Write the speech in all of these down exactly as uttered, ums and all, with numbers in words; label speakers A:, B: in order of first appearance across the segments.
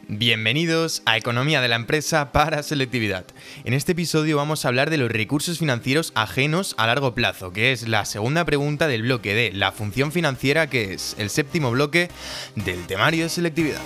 A: Bienvenidos a Economía de la Empresa para Selectividad. En este episodio vamos a hablar de los recursos financieros ajenos a largo plazo, que es la segunda pregunta del bloque de la función financiera, que es el séptimo bloque del temario de selectividad.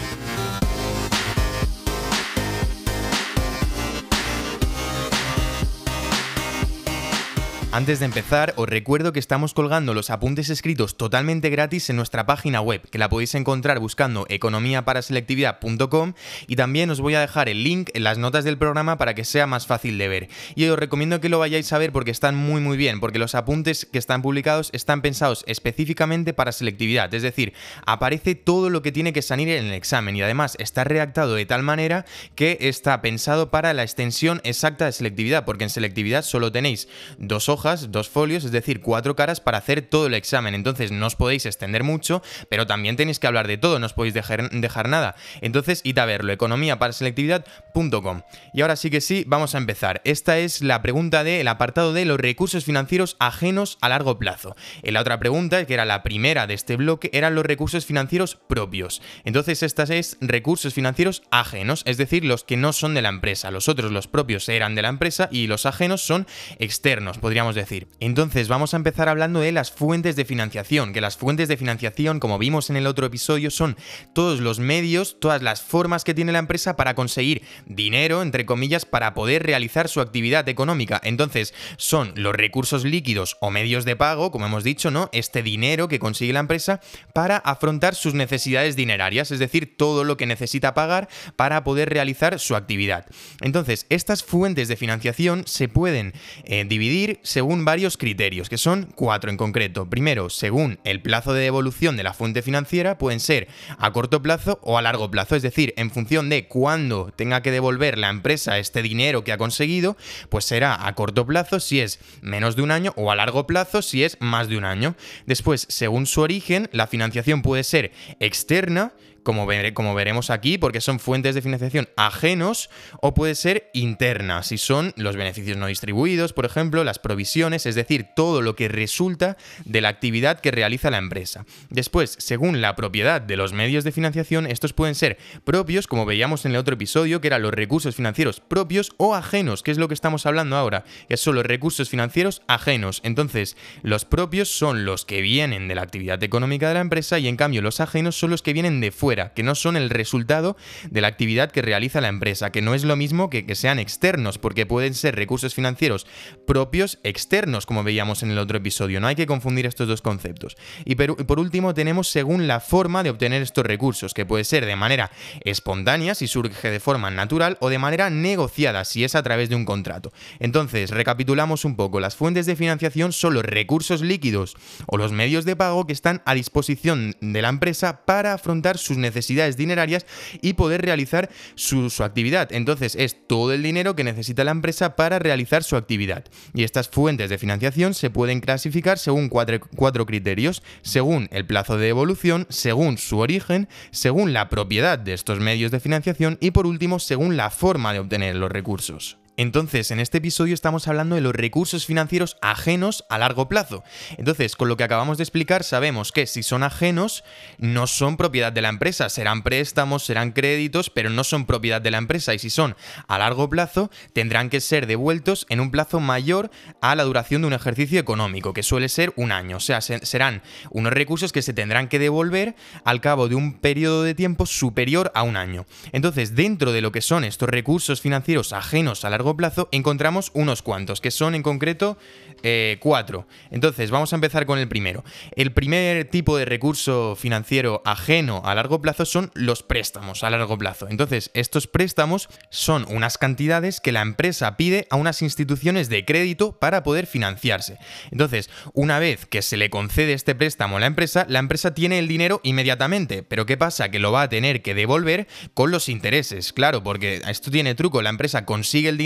A: Antes de empezar, os recuerdo que estamos colgando los apuntes escritos totalmente gratis en nuestra página web, que la podéis encontrar buscando economía para selectividad punto com, y también os voy a dejar el link en las notas del programa para que sea más fácil de ver. Y os recomiendo que lo vayáis a ver porque están muy muy bien, porque los apuntes que están publicados están pensados específicamente para selectividad, es decir, aparece todo lo que tiene que salir en el examen y además está redactado de tal manera que está pensado para la extensión exacta de selectividad, porque en selectividad solo tenéis dos hojas, dos folios, es decir, cuatro caras para hacer todo el examen. Entonces no os podéis extender mucho, pero también tenéis que hablar de todo, no os podéis dejar, dejar nada. Entonces, id a verlo, economía para selectividad punto com. Y ahora sí que sí, vamos a empezar. Esta es la pregunta del apartado de los recursos financieros ajenos a largo plazo. En la otra pregunta, que era la primera de este bloque, eran los recursos financieros propios. Entonces, esta es recursos financieros ajenos, es decir, los que no son de la empresa. Los otros, los propios, eran de la empresa y los ajenos son externos, podríamos decir. Entonces vamos a empezar hablando de las fuentes de financiación, que las fuentes de financiación, como vimos en el otro episodio, son todos los medios, todas las formas que tiene la empresa para conseguir dinero, entre comillas, para poder realizar su actividad económica. Entonces son los recursos líquidos o medios de pago, como hemos dicho, ¿no? Este dinero que consigue la empresa para afrontar sus necesidades dinerarias, es decir, todo lo que necesita pagar para poder realizar su actividad. Entonces, estas fuentes de financiación se pueden eh, dividir según según varios criterios, que son cuatro en concreto. Primero, según el plazo de devolución de la fuente financiera, pueden ser a corto plazo o a largo plazo, es decir, en función de cuándo tenga que devolver la empresa este dinero que ha conseguido, pues será a corto plazo si es menos de un año o a largo plazo si es más de un año. Después, según su origen, la financiación puede ser externa, Como, ver, como veremos aquí, porque son fuentes de financiación ajenos, o puede ser interna, si son los beneficios no distribuidos, por ejemplo, las provisiones, es decir, todo lo que resulta de la actividad que realiza la empresa. Después, según la propiedad de los medios de financiación, estos pueden ser propios, como veíamos en el otro episodio, que eran los recursos financieros propios, o ajenos, que es lo que estamos hablando ahora, que son los recursos financieros ajenos. Entonces, los propios son los que vienen de la actividad económica de la empresa y en cambio los ajenos son los que vienen de fuera, que no son el resultado de la actividad que realiza la empresa, que no es lo mismo que que sean externos, porque pueden ser recursos financieros propios externos, como veíamos en el otro episodio. No hay que confundir estos dos conceptos. Y por último tenemos según la forma de obtener estos recursos, que puede ser de manera espontánea, si surge de forma natural, o de manera negociada, si es a través de un contrato. Entonces, recapitulamos un poco. Las fuentes de financiación son los recursos líquidos o los medios de pago que están a disposición de la empresa para afrontar sus necesidades dinerarias y poder realizar su, su actividad. Entonces es todo el dinero que necesita la empresa para realizar su actividad. Y estas fuentes de financiación se pueden clasificar según cuatro, cuatro criterios: según el plazo de devolución, según su origen, según la propiedad de estos medios de financiación y por último según la forma de obtener los recursos. Entonces, en este episodio estamos hablando de los recursos financieros ajenos a largo plazo. Entonces, con lo que acabamos de explicar, sabemos que si son ajenos, no son propiedad de la empresa. Serán préstamos, serán créditos, pero no son propiedad de la empresa. Y si son a largo plazo, tendrán que ser devueltos en un plazo mayor a la duración de un ejercicio económico, que suele ser un año. O sea, se- serán unos recursos que se tendrán que devolver al cabo de un periodo de tiempo superior a un año. Entonces, dentro de lo que son estos recursos financieros ajenos a largo plazo, encontramos unos cuantos, que son en concreto eh, cuatro. Entonces, vamos a empezar con el primero. El primer tipo de recurso financiero ajeno a largo plazo son los préstamos a largo plazo. Entonces, estos préstamos son unas cantidades que la empresa pide a unas instituciones de crédito para poder financiarse. Entonces, una vez que se le concede este préstamo a la empresa, la empresa tiene el dinero inmediatamente. ¿Pero qué pasa? Que lo va a tener que devolver con los intereses. Claro, porque esto tiene truco. La empresa consigue el dinero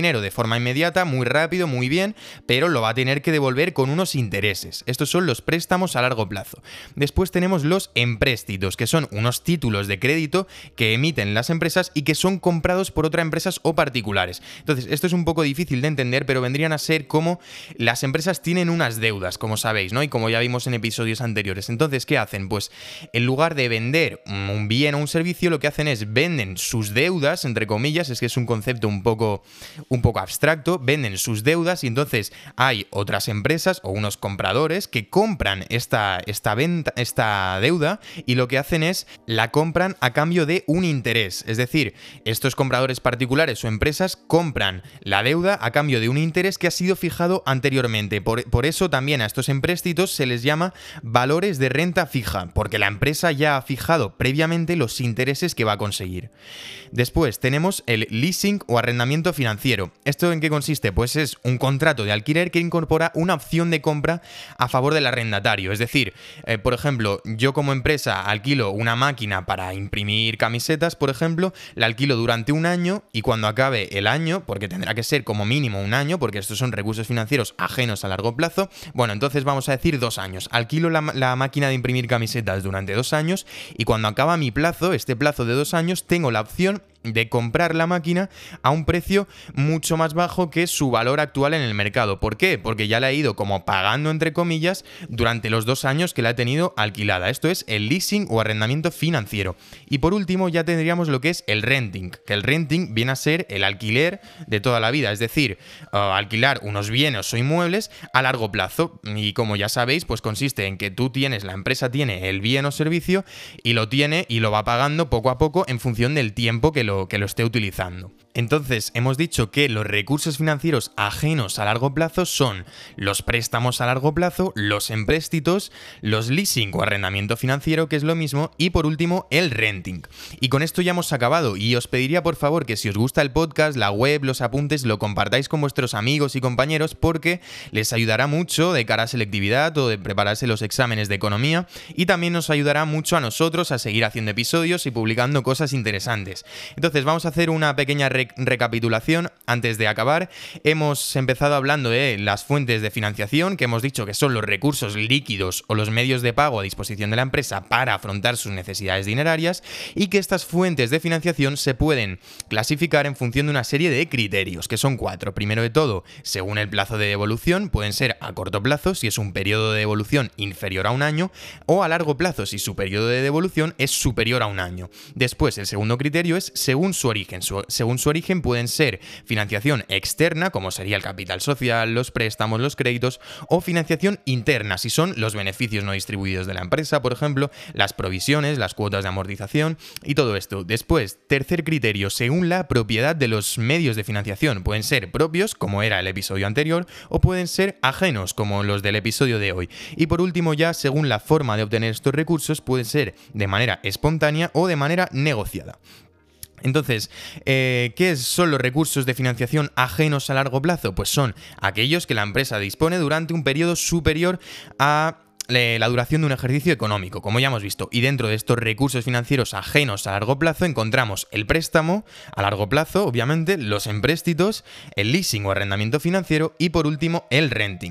A: dinero de forma inmediata, muy rápido, muy bien, pero lo va a tener que devolver con unos intereses. Estos son los préstamos a largo plazo. Después tenemos los empréstitos, que son unos títulos de crédito que emiten las empresas y que son comprados por otras empresas o particulares. Entonces, esto es un poco difícil de entender, pero vendrían a ser como las empresas tienen unas deudas, como sabéis, ¿no? Y como ya vimos en episodios anteriores. Entonces, ¿qué hacen? Pues en lugar de vender un bien o un servicio, lo que hacen es venden sus deudas, entre comillas, es que es un concepto un poco, un poco abstracto, venden sus deudas y entonces hay otras empresas o unos compradores que compran esta, esta, venta, esta deuda y lo que hacen es la compran a cambio de un interés. Es decir, estos compradores particulares o empresas compran la deuda a cambio de un interés que ha sido fijado anteriormente. Por, por eso también a estos empréstitos se les llama valores de renta fija, porque la empresa ya ha fijado previamente los intereses que va a conseguir. Después tenemos el leasing o arrendamiento financiero. ¿Esto en qué consiste? Pues es un contrato de alquiler que incorpora una opción de compra a favor del arrendatario. Es decir, eh, por ejemplo, yo como empresa alquilo una máquina para imprimir camisetas, por ejemplo, la alquilo durante un año y cuando acabe el año, porque tendrá que ser como mínimo un año, porque estos son recursos financieros ajenos a largo plazo, bueno, entonces vamos a decir dos años. Alquilo la, la máquina de imprimir camisetas durante dos años y cuando acaba mi plazo, este plazo de dos años, tengo la opción de comprar la máquina a un precio mucho más bajo que su valor actual en el mercado. ¿Por qué? Porque ya la he ido como pagando, entre comillas, durante los dos años que la he tenido alquilada. Esto es el leasing o arrendamiento financiero. Y por último ya tendríamos lo que es el renting, que el renting viene a ser el alquiler de toda la vida, es decir, uh, alquilar unos bienes o inmuebles a largo plazo. Y como ya sabéis, pues consiste en que tú tienes, la empresa tiene el bien o servicio y lo tiene y lo va pagando poco a poco en función del tiempo que lo que lo esté utilizando. Entonces, hemos dicho que los recursos financieros ajenos a largo plazo son los préstamos a largo plazo, los empréstitos, los leasing o arrendamiento financiero, que es lo mismo, y por último, el renting. Y con esto ya hemos acabado y os pediría por favor que si os gusta el podcast, la web, los apuntes, lo compartáis con vuestros amigos y compañeros porque les ayudará mucho de cara a selectividad o de prepararse los exámenes de economía y también nos ayudará mucho a nosotros a seguir haciendo episodios y publicando cosas interesantes. Entonces, vamos a hacer una pequeña re recapitulación antes de acabar. Hemos empezado hablando de las fuentes de financiación, que hemos dicho que son los recursos líquidos o los medios de pago a disposición de la empresa para afrontar sus necesidades dinerarias y que estas fuentes de financiación se pueden clasificar en función de una serie de criterios, que son cuatro. Primero de todo, según el plazo de devolución, pueden ser a corto plazo, si es un periodo de devolución inferior a un año, o a largo plazo, si su periodo de devolución es superior a un año. Después, el segundo criterio es según su origen. Su, según su origen pueden ser financiación externa, como sería el capital social, los préstamos, los créditos, o financiación interna, si son los beneficios no distribuidos de la empresa, por ejemplo, las provisiones, las cuotas de amortización y todo esto. Después, tercer criterio, según la propiedad de los medios de financiación. Pueden ser propios, como era el episodio anterior, o pueden ser ajenos, como los del episodio de hoy. Y por último ya, según la forma de obtener estos recursos, pueden ser de manera espontánea o de manera negociada. Entonces, eh, ¿qué son los recursos de financiación ajenos a largo plazo? Pues son aquellos que la empresa dispone durante un periodo superior a la duración de un ejercicio económico, como ya hemos visto. Y dentro de estos recursos financieros ajenos a largo plazo encontramos el préstamo a largo plazo, obviamente, los empréstitos, el leasing o arrendamiento financiero y por último el renting.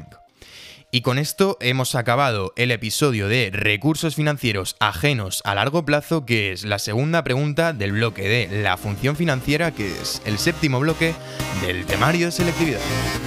A: Y con esto hemos acabado el episodio de recursos financieros ajenos a largo plazo, que es la segunda pregunta del bloque de la función financiera, que es el séptimo bloque del temario de selectividad.